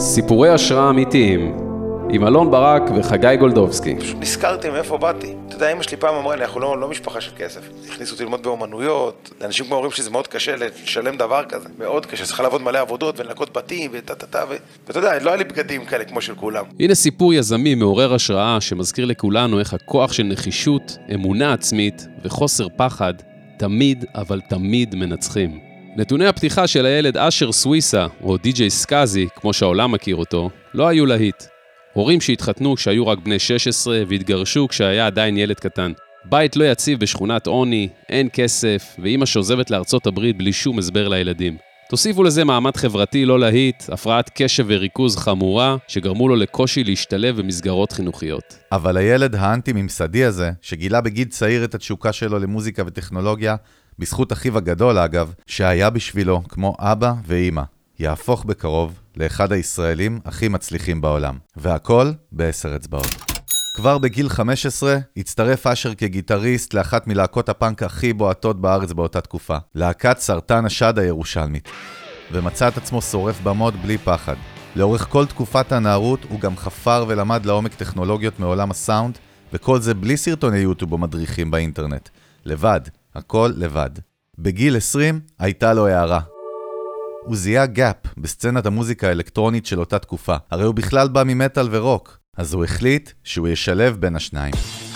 סיפורי השראה אמיתיים, עם אלון ברק וחגי גולדובסקי. נזכרתי מאיפה באתי. אתה יודע, אמא שלי פעם אמרה לי, אנחנו לא משפחה של כסף. הכניסו אותי ללמוד באומנויות. לאנשים כמו אומרים שזה מאוד קשה לשלם דבר כזה. מאוד קשה, צריך לעבוד מלא עבודות ולנקות בתים ואתה יודע, לא היה לי בגדים כאלה כמו של כולם. הנה סיפור יזמי מעורר השראה שמזכיר לכולנו איך הכוח של נחישות, אמונה עצמית וחוסר פחד תמיד אבל תמיד מנצחים. נתוני הפתיחה של הילד אשר סוויסה, או די.ג'יי סקאזי, כמו שהעולם מכיר אותו, לא היו להיט. הורים שהתחתנו כשהיו רק בני 16 והתגרשו כשהיה עדיין ילד קטן. בית לא יציב בשכונת עוני, אין כסף, ואמא שעוזבת לארצות הברית בלי שום הסבר לילדים. תוסיפו לזה מעמד חברתי לא להיט, הפרעת קשב וריכוז חמורה, שגרמו לו לקושי להשתלב במסגרות חינוכיות. אבל הילד האנטי-ממסדי הזה, שגילה בגיל צעיר את התשוקה שלו למוזיקה וטכנולוגיה, בזכות אחיו הגדול אגב, שהיה בשבילו כמו אבא ואמא, יהפוך בקרוב לאחד הישראלים הכי מצליחים בעולם. והכל ב10 אצבעות. כבר בגיל 15 הצטרף אשר כגיטריסט לאחת מלהקות הפאנק הכי בועטות בארץ באותה תקופה, להקת סרטן השד הירושלמית. ומצא את עצמו שורף במות בלי פחד. לאורך כל תקופת הנערות הוא גם חפר ולמד לעומק טכנולוגיות מעולם הסאונד, וכל זה בלי סרטוני יוטיוב או מדריכים באינטרנט. לבד, הכל לבד. בגיל 20 הייתה לו הערה. הוא זיהה גאפ בסצנת המוזיקה האלקטרונית של אותה תקופה. הרי הוא בכלל בא ממטל ורוק. אז הוא החליט שהוא ישלב בין השניים.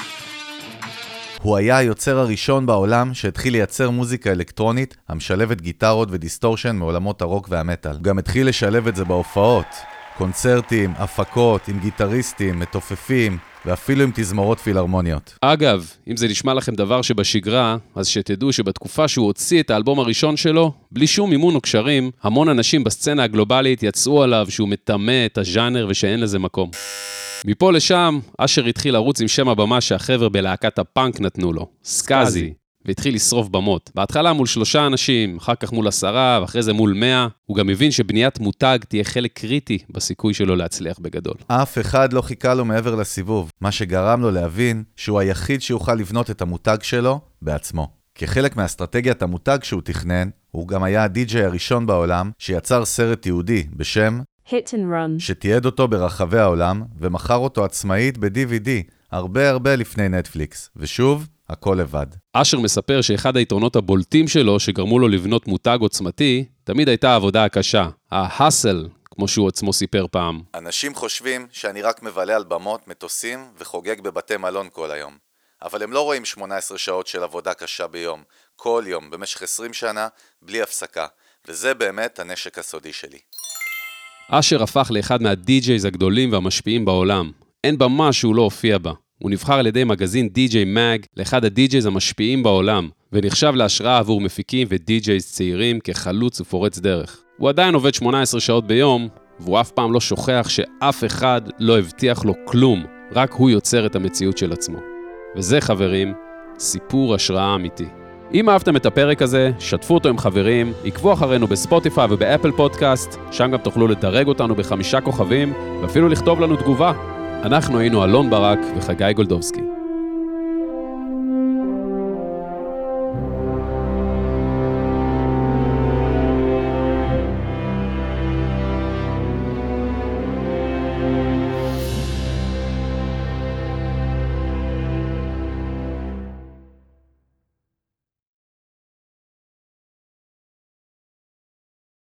הוא היה היוצר הראשון בעולם שהתחיל לייצר מוזיקה אלקטרונית המשלבת גיטרות ודיסטורשן מעולמות הרוק והמטל. הוא גם התחיל לשלב את זה בהופעות. קונצרטים, הפקות, עם גיטריסטים, מתופפים, ואפילו עם תזמורות פילהרמוניות. אגב, אם זה נשמע לכם דבר שבשגרה, אז שתדעו שבתקופה שהוא הוציא את האלבום הראשון שלו, בלי שום מימון או קשרים, המון אנשים בסצנה הגלובלית יצאו עליו שהוא מטמא את הז'אנר ושאין לזה מקום. מפה לשם, אשר התחיל לרוץ עם שם הבמה שהחבר בלהקת הפאנק נתנו לו, סקאזי, והתחיל לשרוף במות. בהתחלה מול 3 אנשים, אחר כך מול 10, ואחרי זה מול 100. הוא גם מבין שבניית מותג תהיה חלק קריטי בסיכוי שלו להצליח בגדול. אף אחד לא חיכה לו מעבר לסיבוב, מה שגרם לו להבין שהוא היחיד שיוכל לבנות את המותג שלו בעצמו. כחלק מאסטרטגיית המותג שהוא תכנן, הוא גם היה הדי-ג'יי הראשון בעולם שיצר סרט תיעודי בשם Hit and Run, שתיעד אותו ברחבי העולם ומכר אותו עצמאית ב-DVD הרבה לפני נטפליקס. ושוב, הכל לבד. אשר מספר שאחד היתרונות הבולטים שלו שגרמו לו לבנות מותג עוצמתי, תמיד הייתה העבודה הקשה, ההאסל, כמו שהוא עצמו סיפר פעם. אנשים חושבים שאני רק מבלה על במות, מטוסים וחוגג בבתי מלון כל היום. אבל הם לא רואים 18 שעות של עבודה קשה ביום, כל יום, במשך 20 שנה, בלי הפסקה. וזה באמת הנשק הסודי שלי. אשר הפך לאחד מהדי-ג'ייז הגדולים והמשפיעים בעולם. אין במה שהוא לא הופיע בה. הוא נבחר על ידי מגזין די.ג'יי מאג לאחד הדי-ג'ייז המשפיעים בעולם, ונחשב להשראה עבור מפיקים ודי-ג'ייז צעירים כחלוץ ופורץ דרך. הוא עדיין עובד 18 שעות ביום, והוא אף פעם לא שוכח שאף אחד לא הבטיח לו כלום, רק הוא יוצר את המציאות של עצמו. וזה, חברים, סיפור השראה אמיתי. אם אהבתם את הפרק הזה, שתפו אותו עם חברים, עקבו אחרינו בספוטיפיי ובאפל פודקאסט, שם גם תוכלו לדרג אותנו ב5 כוכבים, ואפילו לכתוב לנו תגובה. אנחנו היינו אלון ברק וחגי גולדובסקי.